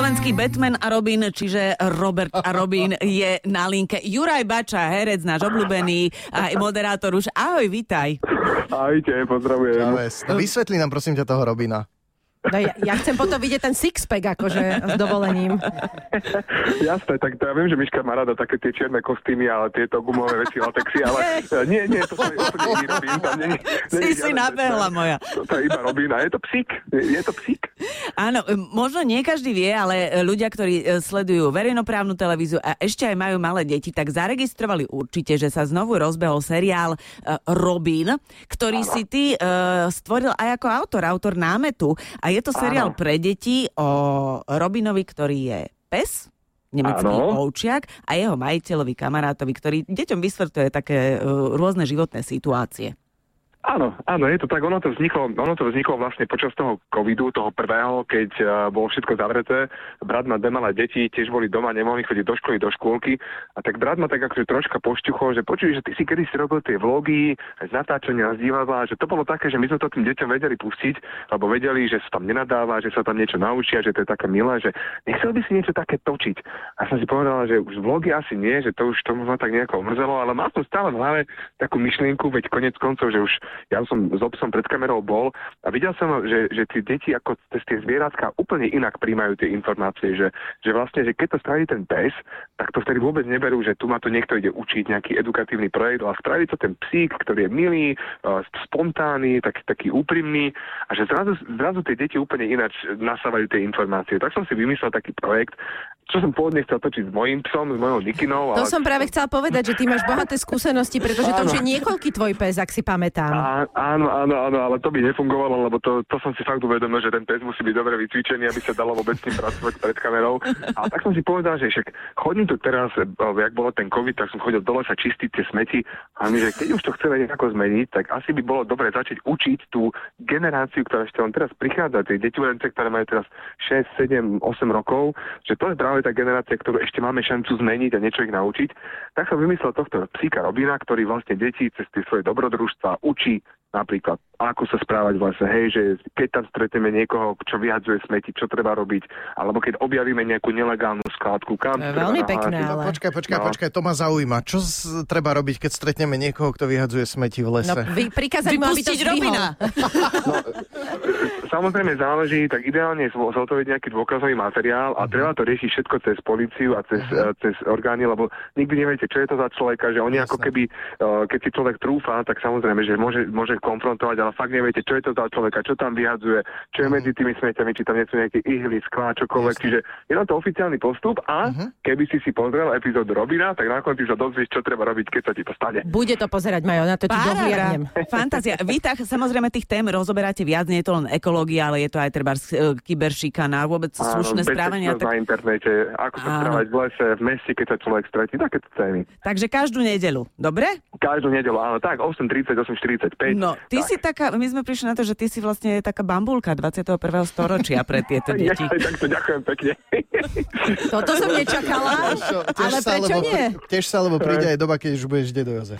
Slovenský Batman a Robin, čiže Robert a Robin je na linke. Juraj Bača, herec, náš obľúbený aj moderátor už. Ahoj, vítaj. Ahojte, pozdravujem. Čaves. No, vysvetli nám prosím ťa toho Robina. No ja chcem potom vidieť ten six-pack, akože s dovolením. Jasné, tak to ja viem, že Miška má rada také tie čierne kostýmy, ale tieto gumové veci, latexy, ale nie, to je úplne iný Robin. Tam Si nabehla moja. To je iba Robin a je to psík. Je to psík. Áno, možno nie každý vie, ale ľudia, ktorí sledujú verejnoprávnu televíziu a ešte aj majú malé deti, tak zaregistrovali určite, že sa znovu rozbehol seriál Robin, ktorý si ty stvoril aj ako autor námetu. A je to seriál pre deti o Robinovi, ktorý je pes, nemecký ovčiak a jeho majiteľovi, kamarátovi, ktorý deťom vysvetľuje také rôzne životné situácie. Áno, je to tak. Ono to vzniklo vlastne počas toho covidu, toho prvého, keď bolo všetko zavreté. Brat má dve malé deti, tiež boli doma, nemohli chodiť do školy, do škôlky. A tak brat ma tak akože troška pošťuchol, že počuj, že ty si kedysi robil tie vlogy, aj z natáčania, z divadla, že to bolo také, že my sme to tým deťom vedeli pustiť, lebo vedeli, že sa tam nenadáva, že sa tam niečo naučia, že to je také milé, že nechcel by si niečo také točiť. A som si povedala, že už vlogy asi nie, že to už to ma tak nejako omrzelo, ale mal som stále v hlave takú myšlienku, veď koniec koncov, že už ja som s obsom pred kamerou bol a videl som, že tie deti ako cez tie zvieratka úplne inak príjmajú tie informácie, že vlastne, že keď to spraví ten pes, tak to vtedy vôbec neberú, že tu ma to niekto ide učiť nejaký edukatívny projekt, ale spraví to ten psík, ktorý je milý, spontánny, taký úprimný a že zrazu tie deti úplne ináč nasávajú tie informácie. Tak som si vymyslel taký projekt, čo som pôvodne chcel točiť s mojím psom, s mojou Nikinou. To som práve chcela povedať, že ty máš bohaté skúsenosti, pretože to už je niekoľký tvoj pes, ak si pamätám. Áno, ale to by nefungovalo, lebo to som si fakt uvedomil, že ten pes musí byť dobre vycvičený, aby sa dalo vôbec s ním pracovať pred kamerou. A tak som si povedal, že však chodím tu teraz, jak bolo ten COVID, tak som chodil dole sa čistiť tie smeti a my, že keď už to chceme nejako zmeniť, tak asi by bolo dobre začať učiť tú generáciu, ktorá ešte len teraz prichádza, tie deťurence, ktoré majú teraz 6, 7, 8 rokov, že to je práve tá generácia, ktorú ešte máme šancu zmeniť a niečo ich naučiť. Tak som vymyslel tohto psíka Robina, ktorý vlastne deti cez tie svoje dobrodružstva učí napríklad, ako sa správať v lese, hej, že keď tam stretneme niekoho, čo vyhadzuje smeti, čo treba robiť, alebo keď objavíme nejakú nelegálnu skládku, kam veľmi pekné, ale... Počkaj, to ma zaujíma. Čo treba robiť, keď stretneme niekoho, kto vyhadzuje smeti v lese? No, prikázať mu, aby to Robina. Samozrejme záleží, tak ideálne je zhotoviť nejaký dôkazový materiál a treba to riešiť všetko cez políciu a cez orgány, lebo nikdy neviete, čo je to za človeka, že oni ako keby, keď si človek trúfa, tak samozrejme, že môže konfrontovať, ale fakt neviete, čo je to za človeka, čo tam vyhadzuje, čo je medzi tými smeťami, či tam nie sú nejaké ihly, sklá, čokoľvek. Čiže je na to oficiálny postup a keby si pozrel epizódu Robina, tak na konci sa dozvieš, čo treba robiť, keď sa ti to stane. Bude to pozerať, Majo, na to ti dohliadnem. Fantázia. Vy tak samozrejme tých tém rozoberáte viac, nie je to len ekológia, ale je to aj treba kyberšikana, vôbec slušné správania. Na internete, ako sa správať v lese, v meste, keď sa človek stretí, takéto témy. Takže každú nedeľu, dobre? Každú nedeľu, áno, tak 8:30, 8:45. No, ty si taká, my sme prišli na to, že ty si vlastne taká bambulka 21. storočia pre tieto deti. Tak to ďakujem pekne. Toto som nečakala, ale prečo nie? Tiež sa, lebo príde aj doba, keď už budeš dedo Jozef.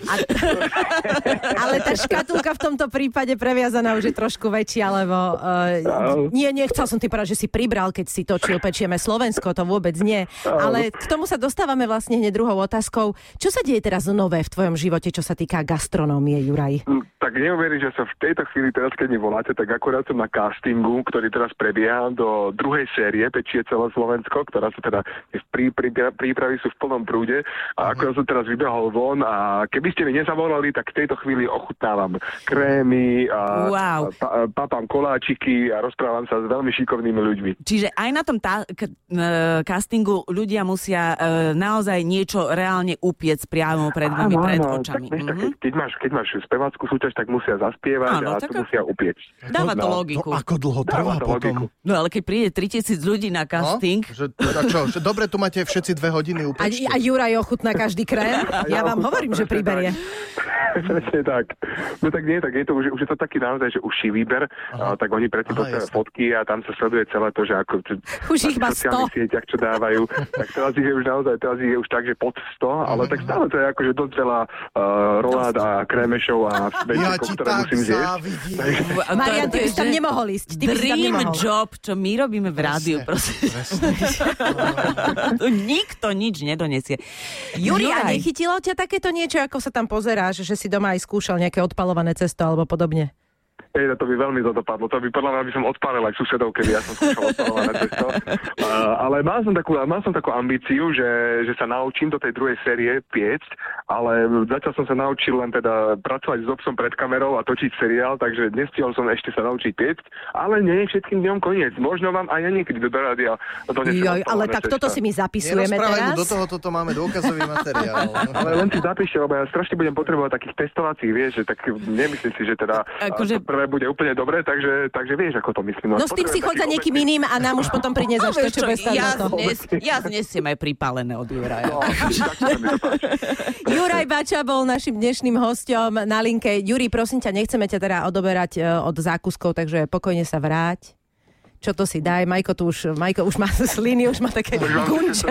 Ale tá škatulka v tomto prípade previazaná už je trošku väčšia, lebo nechcel som ti povedať, že si pribral, keď si točil Pečieme Slovensko, to vôbec nie. Ale k tomu sa dostávame vlastne hneď druhou otázkou. Čo sa deje teraz nové v tvojom živote, čo sa týka gastronómie, Juraj? Tak neuveríš, že sa v tejto chvíli teraz, keď mi voláte, tak akurát som na castingu, ktorý teraz prebieha do druhej série Pečie celé Slovensko, ktorá sa teda prípravy sú v plnom prúde a akurát som teraz vybehol von a keby ste mi nezavolali, tak v tejto chvíli ochutnávam krémy a papám koláčiky a rozprávam sa s veľmi šikovnými ľuďmi. Čiže aj na tom castingu ľudia musia naozaj niečo reálne upiec priamo pred vami, pred očami. Keď máš spevácku súťaž, tak musia zaspievať a to musia upiecť. Dáva to logiku. Ako dlho trvá potom? No ale keď príde 3000 ľudí na casting... Že dobre, tu máte všetci 2 hodiny upiecť. A Juraj ochutná každý krém? Ja vám hovorím, že priberie. Presne tak. No tak nie, tak je to už je to taký naozaj, že užší výber, tak oni predtým postavia fotky a tam sa sleduje celé to, že ako už ich má 100. V sociálnych sieťach, čo dávajú, tak teraz ich je už tak, že pod 100, ale tak stále to je akože dosť veľa rolád a krémešov a Ja ti ktoré musím zjesť. Marian, ty by si tam nemohol ísť. Dream job, čo my robíme v rádiu. Tu nikto nič nedonesie. Juri, a nechytilo ťa takéto niečo, ako sa tam pozeráš, že si doma aj skúšal nejaké odpalované cesto alebo podobne? To by veľmi dopadlo. To by podľa mňa by som odpálil aj susedov, keby ja som skúšal odpálované cesto. Ale mal som takú ambíciu, že sa naučím do tej druhej série piecť, ale zatiaľ som sa naučil len teda pracovať s obsom pred kamerou a točiť seriál, takže nestihol som ešte sa naučiť piecť, ale nie je všetkým dňom koniec. Možno vám aj ja niekedy do rádia donesem. Ale tak toto si my zapisujeme teraz. Do toho toto máme dôkazový materiál. Ale len si zapíšte, lebo ja strašne budem potrebovať takých testovacích, vieš, že tak nemyslím si, že teda prvé bude úplne dobre, takže vieš, ako to myslím. No s tým si choď za niekým iným a nám už potom priniesť to, čo bez ja znesiem aj pripálené od Juraja. Juraj Bača bol našim dnešným hosťom na linke. Juri, prosím ťa, nechceme ťa teda odoberať od zákuskov, takže pokojne sa vráť. Čo to si daj? Majko už má sliny, už má také gunče.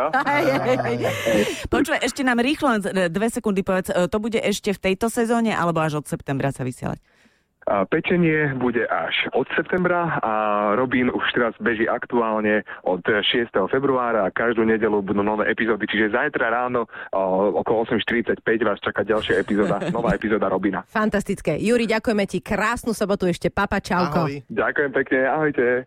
Počúvaj, ešte nám rýchlo 2 sekundy povedz, to bude ešte v tejto sezóne alebo až od septembra sa vysielať? Pečenie bude až od septembra a Robin už teraz beží aktuálne od 6. februára a každú nedeľu budú nové epizódy, čiže zajtra ráno okolo 8:45 vás čaká ďalšia epizóda, nová epizóda Robina. Fantastické. Juri, ďakujeme ti, krásnu sobotu ešte, papa, čauko. Ahoj. Ďakujem pekne, ahojte.